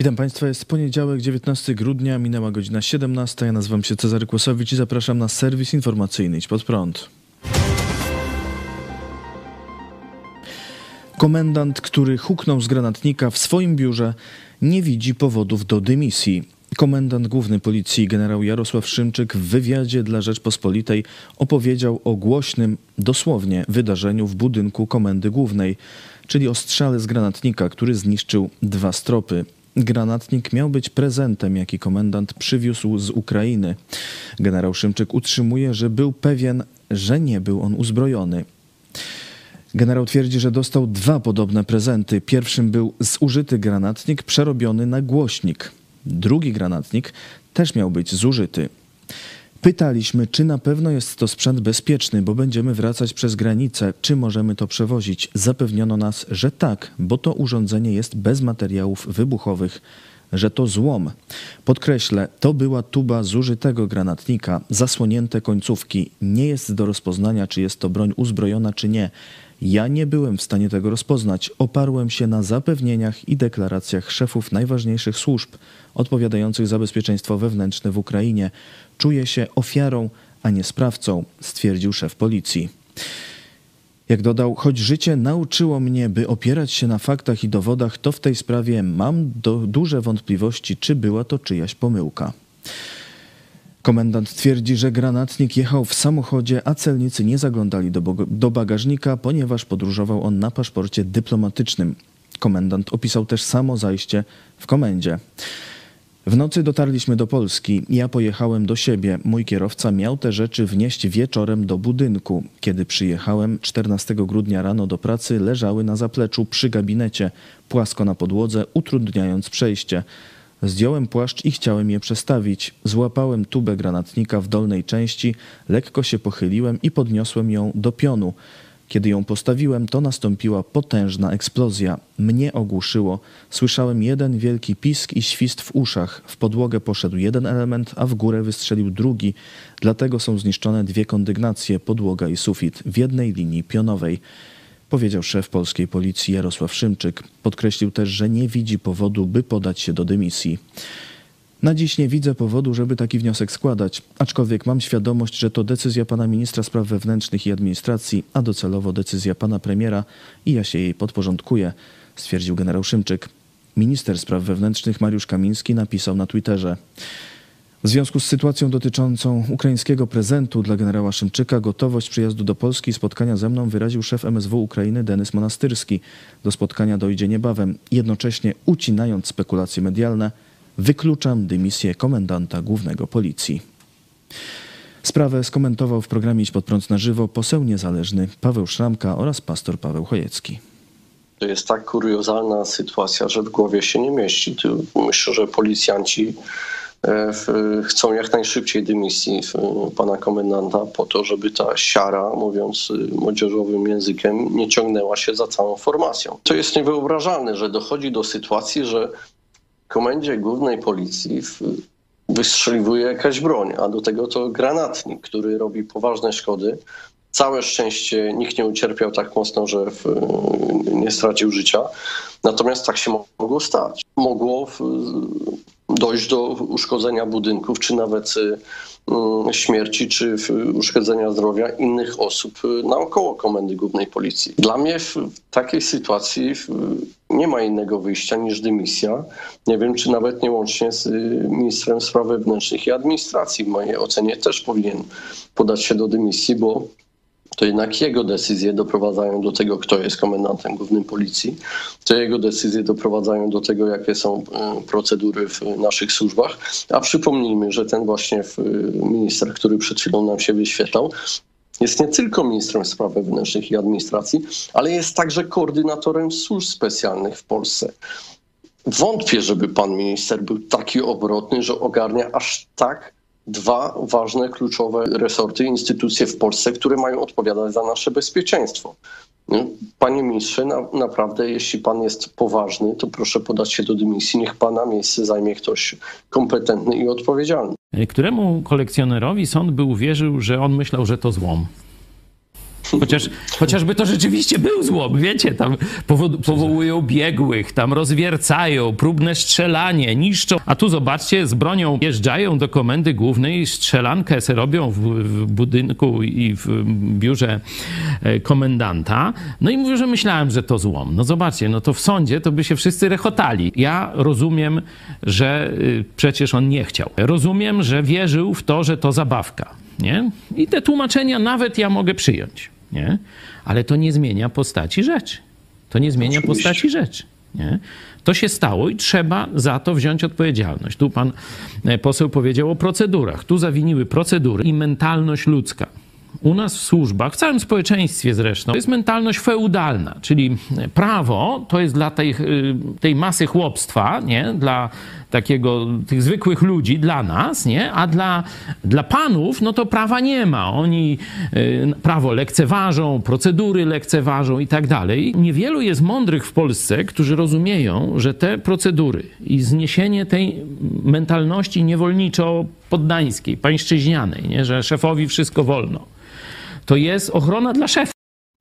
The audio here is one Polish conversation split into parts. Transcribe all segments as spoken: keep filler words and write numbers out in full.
Witam Państwa, jest poniedziałek, dziewiętnastego grudnia, minęła godzina siedemnasta. Ja nazywam się Cezary Kłosowicz i zapraszam na serwis informacyjny Idź Pod Prąd. Komendant, który huknął z granatnika w swoim biurze, nie widzi powodów do dymisji. Komendant główny policji generał Jarosław Szymczyk w wywiadzie dla Rzeczpospolitej opowiedział o głośnym, dosłownie, wydarzeniu w budynku Komendy Głównej, czyli o strzale z granatnika, który zniszczył dwa stropy. Granatnik miał być prezentem, jaki komendant przywiózł z Ukrainy. Generał Szymczyk utrzymuje, że był pewien, że nie był on uzbrojony. Generał twierdzi, że dostał dwa podobne prezenty. Pierwszym był zużyty granatnik przerobiony na głośnik. Drugi granatnik też miał być zużyty. Pytaliśmy, czy na pewno jest to sprzęt bezpieczny, bo będziemy wracać przez granicę, czy możemy to przewozić. Zapewniono nas, że tak, bo to urządzenie jest bez materiałów wybuchowych, że to złom. Podkreślę, to była tuba zużytego granatnika, zasłonięte końcówki. Nie jest do rozpoznania, czy jest to broń uzbrojona, czy nie. Ja nie byłem w stanie tego rozpoznać. Oparłem się na zapewnieniach i deklaracjach szefów najważniejszych służb odpowiadających za bezpieczeństwo wewnętrzne w Ukrainie. Czuję się ofiarą, a nie sprawcą, stwierdził szef policji. Jak dodał, choć życie nauczyło mnie, by opierać się na faktach i dowodach, to w tej sprawie mam do, duże wątpliwości, czy była to czyjaś pomyłka. Komendant twierdzi, że granatnik jechał w samochodzie, a celnicy nie zaglądali do, do bagażnika, ponieważ podróżował on na paszporcie dyplomatycznym. Komendant opisał też samo zajście w komendzie. W nocy dotarliśmy do Polski. Ja pojechałem do siebie. Mój kierowca miał te rzeczy wnieść wieczorem do budynku. Kiedy przyjechałem czternastego grudnia rano do pracy, leżały na zapleczu przy gabinecie, płasko na podłodze, utrudniając przejście. Zdjąłem płaszcz i chciałem je przestawić. Złapałem tubę granatnika w dolnej części, lekko się pochyliłem i podniosłem ją do pionu. Kiedy ją postawiłem, to nastąpiła potężna eksplozja. Mnie ogłuszyło. Słyszałem jeden wielki pisk i świst w uszach. W podłogę poszedł jeden element, a w górę wystrzelił drugi. Dlatego są zniszczone dwie kondygnacje, podłoga i sufit, w jednej linii pionowej, powiedział szef polskiej policji Jarosław Szymczyk. Podkreślił też, że nie widzi powodu, by podać się do dymisji. Na dziś nie widzę powodu, żeby taki wniosek składać, aczkolwiek mam świadomość, że to decyzja pana ministra spraw wewnętrznych i administracji, a docelowo decyzja pana premiera i ja się jej podporządkuję, stwierdził generał Szymczyk. Minister spraw wewnętrznych Mariusz Kamiński napisał na Twitterze: w związku z sytuacją dotyczącą ukraińskiego prezentu dla generała Szymczyka gotowość przyjazdu do Polski i spotkania ze mną wyraził szef M S W Ukrainy Denys Monastyrski. Do spotkania dojdzie niebawem. Jednocześnie ucinając spekulacje medialne, wykluczam dymisję komendanta głównego policji. Sprawę skomentował w programie Idź Pod Prąd na żywo poseł niezależny Paweł Szramka oraz pastor Paweł Chojecki. To jest tak kuriozalna sytuacja, że w głowie się nie mieści. Tu myślę, że policjanci chcą jak najszybciej dymisji pana komendanta po to, żeby ta siara, mówiąc młodzieżowym językiem, nie ciągnęła się za całą formacją. To jest niewyobrażalne, że dochodzi do sytuacji, że w komendzie głównej policji wystrzeliwuje jakaś broń, a do tego to granatnik, który robi poważne szkody. Całe szczęście nikt nie ucierpiał tak mocno, że w, nie stracił życia. Natomiast tak się mogło stać. Mogło w, dojść do uszkodzenia budynków, czy nawet y, śmierci, czy uszkodzenia zdrowia innych osób naokoło Komendy Głównej Policji. Dla mnie w takiej sytuacji w, nie ma innego wyjścia niż dymisja. Nie wiem, czy nawet nie łącznie z ministrem spraw wewnętrznych i administracji. W mojej ocenie też powinien podać się do dymisji, bo to jednak jego decyzje doprowadzają do tego, kto jest komendantem głównym policji. To jego decyzje doprowadzają do tego, jakie są procedury w naszych służbach. A przypomnijmy, że ten właśnie minister, który przed chwilą nam się wyświetlał, jest nie tylko ministrem spraw wewnętrznych i administracji, ale jest także koordynatorem służb specjalnych w Polsce. Wątpię, żeby pan minister był taki obrotny, że ogarnia aż tak dwa ważne, kluczowe resorty, instytucje w Polsce, które mają odpowiadać za nasze bezpieczeństwo. Panie ministrze, na, naprawdę, jeśli pan jest poważny, to proszę podać się do dymisji. Niech pana miejsce zajmie ktoś kompetentny i odpowiedzialny. Któremu kolekcjonerowi sąd by uwierzył, że on myślał, że to złom? Chociaż, chociażby to rzeczywiście był złom, wiecie, tam powo- powołują biegłych, tam rozwiercają, próbne strzelanie, niszczą. A tu zobaczcie, z bronią jeżdżają do komendy głównej, strzelankę se robią w, w budynku i w biurze komendanta. No i mówię, że myślałem, że to złom. No zobaczcie, no to w sądzie to by się wszyscy rechotali. Ja rozumiem, że przecież on nie chciał. Rozumiem, że wierzył w to, że to zabawka. Nie? I te tłumaczenia nawet ja mogę przyjąć, nie? Ale to nie zmienia postaci rzeczy. To nie zmienia Oczywiście. postaci rzeczy. Nie? To się stało i trzeba za to wziąć odpowiedzialność. Tu pan poseł powiedział o procedurach. Tu zawiniły procedury i mentalność ludzka. U nas w służbach, w całym społeczeństwie zresztą, to jest mentalność feudalna, czyli prawo to jest dla tej, tej masy chłopstwa, nie? Dla takiego, tych zwykłych ludzi, dla nas, nie? A dla, dla panów, no to prawa nie ma. Oni y, prawo lekceważą, procedury lekceważą i tak dalej. Niewielu jest mądrych w Polsce, którzy rozumieją, że te procedury i zniesienie tej mentalności niewolniczo-poddańskiej, pańszczyźnianej, nie? Że szefowi wszystko wolno, to jest ochrona dla szefa.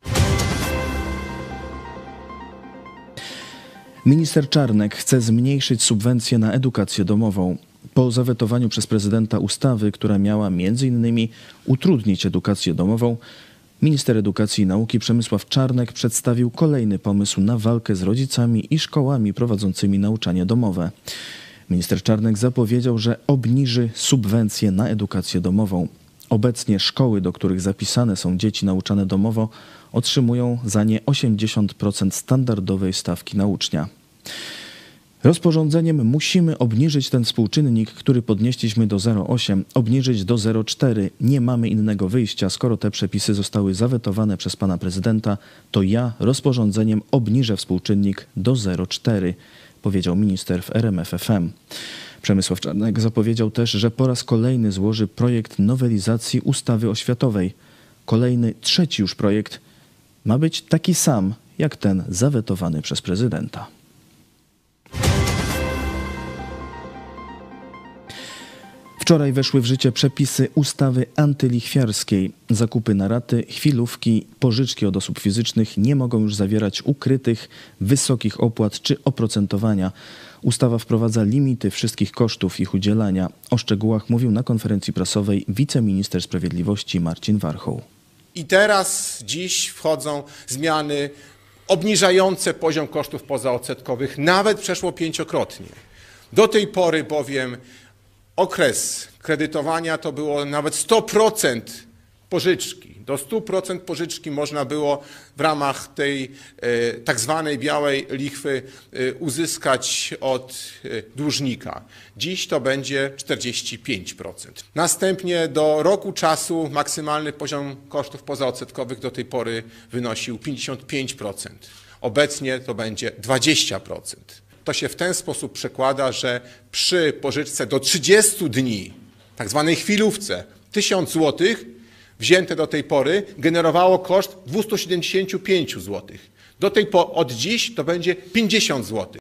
Minister Czarnek chce zmniejszyć subwencje na edukację domową. Po zawetowaniu przez prezydenta ustawy, która miała między innymi utrudnić edukację domową, minister edukacji i nauki Przemysław Czarnek przedstawił kolejny pomysł na walkę z rodzicami i szkołami prowadzącymi nauczanie domowe. Minister Czarnek zapowiedział, że obniży subwencje na edukację domową. Obecnie szkoły, do których zapisane są dzieci nauczane domowo, otrzymują za nie osiemdziesiąt procent standardowej stawki na ucznia. Rozporządzeniem musimy obniżyć ten współczynnik, który podnieśliśmy do zero przecinek osiem, obniżyć do zero przecinek cztery. Nie mamy innego wyjścia, skoro te przepisy zostały zawetowane przez pana prezydenta, to ja rozporządzeniem obniżę współczynnik do zero przecinek cztery, powiedział minister w R M F F M. Przemysław Czarnek zapowiedział też, że po raz kolejny złoży projekt nowelizacji ustawy oświatowej. Kolejny, trzeci już projekt ma być taki sam, jak ten zawetowany przez prezydenta. Wczoraj weszły w życie przepisy ustawy antylichwiarskiej. Zakupy na raty, chwilówki, pożyczki od osób fizycznych nie mogą już zawierać ukrytych, wysokich opłat czy oprocentowania. Ustawa wprowadza limity wszystkich kosztów ich udzielania. O szczegółach mówił na konferencji prasowej wiceminister sprawiedliwości Marcin Warchoł. I teraz, dziś wchodzą zmiany obniżające poziom kosztów pozaodsetkowych nawet przeszło pięciokrotnie. Do tej pory bowiem okres kredytowania to było nawet sto procent pożyczki. Do stu procent pożyczki można było w ramach tej e, tak zwanej białej lichwy e, uzyskać od e, dłużnika. Dziś to będzie czterdzieści pięć procent. Następnie do roku czasu maksymalny poziom kosztów pozaodsetkowych do tej pory wynosił pięćdziesiąt pięć procent. Obecnie to będzie dwadzieścia procent. To się w ten sposób przekłada, że przy pożyczce do trzydziestu dni, tak zwanej chwilówce, tysiąc złotych, wzięte do tej pory, generowało koszt dwieście siedemdziesiąt pięć złotych. Do tej po, od dziś to będzie pięćdziesiąt złotych.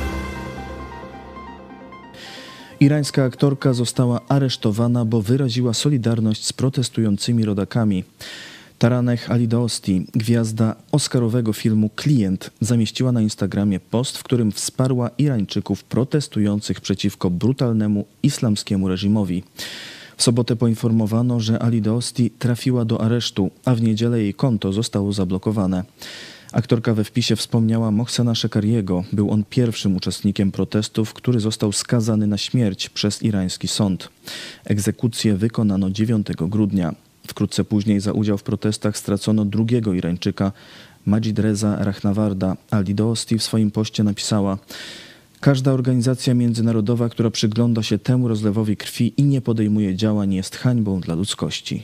Irańska aktorka została aresztowana, bo wyraziła solidarność z protestującymi rodakami. Taraneh Ali-Dosti, gwiazda oscarowego filmu Klient, zamieściła na Instagramie post, w którym wsparła Irańczyków protestujących przeciwko brutalnemu islamskiemu reżimowi. W sobotę poinformowano, że Ali-Dosti trafiła do aresztu, a w niedzielę jej konto zostało zablokowane. Aktorka we wpisie wspomniała Mohsena Shekariego. Był on pierwszym uczestnikiem protestów, który został skazany na śmierć przez irański sąd. Egzekucję wykonano dziewiątego grudnia. Wkrótce później za udział w protestach stracono drugiego Irańczyka, Majidreza Rahnawarda. Ali-Dosti w swoim poście napisała: każda organizacja międzynarodowa, która przygląda się temu rozlewowi krwi i nie podejmuje działań, jest hańbą dla ludzkości.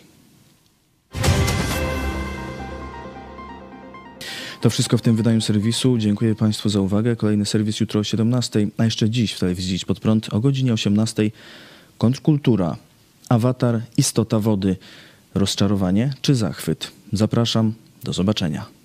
To wszystko w tym wydaniu serwisu. Dziękuję Państwu za uwagę. Kolejny serwis jutro o siedemnastej, a jeszcze dziś w telewizji Idź Pod Prąd o godzinie osiemnastej. Kontrkultura, awatar, istota wody, rozczarowanie czy zachwyt. Zapraszam, do zobaczenia.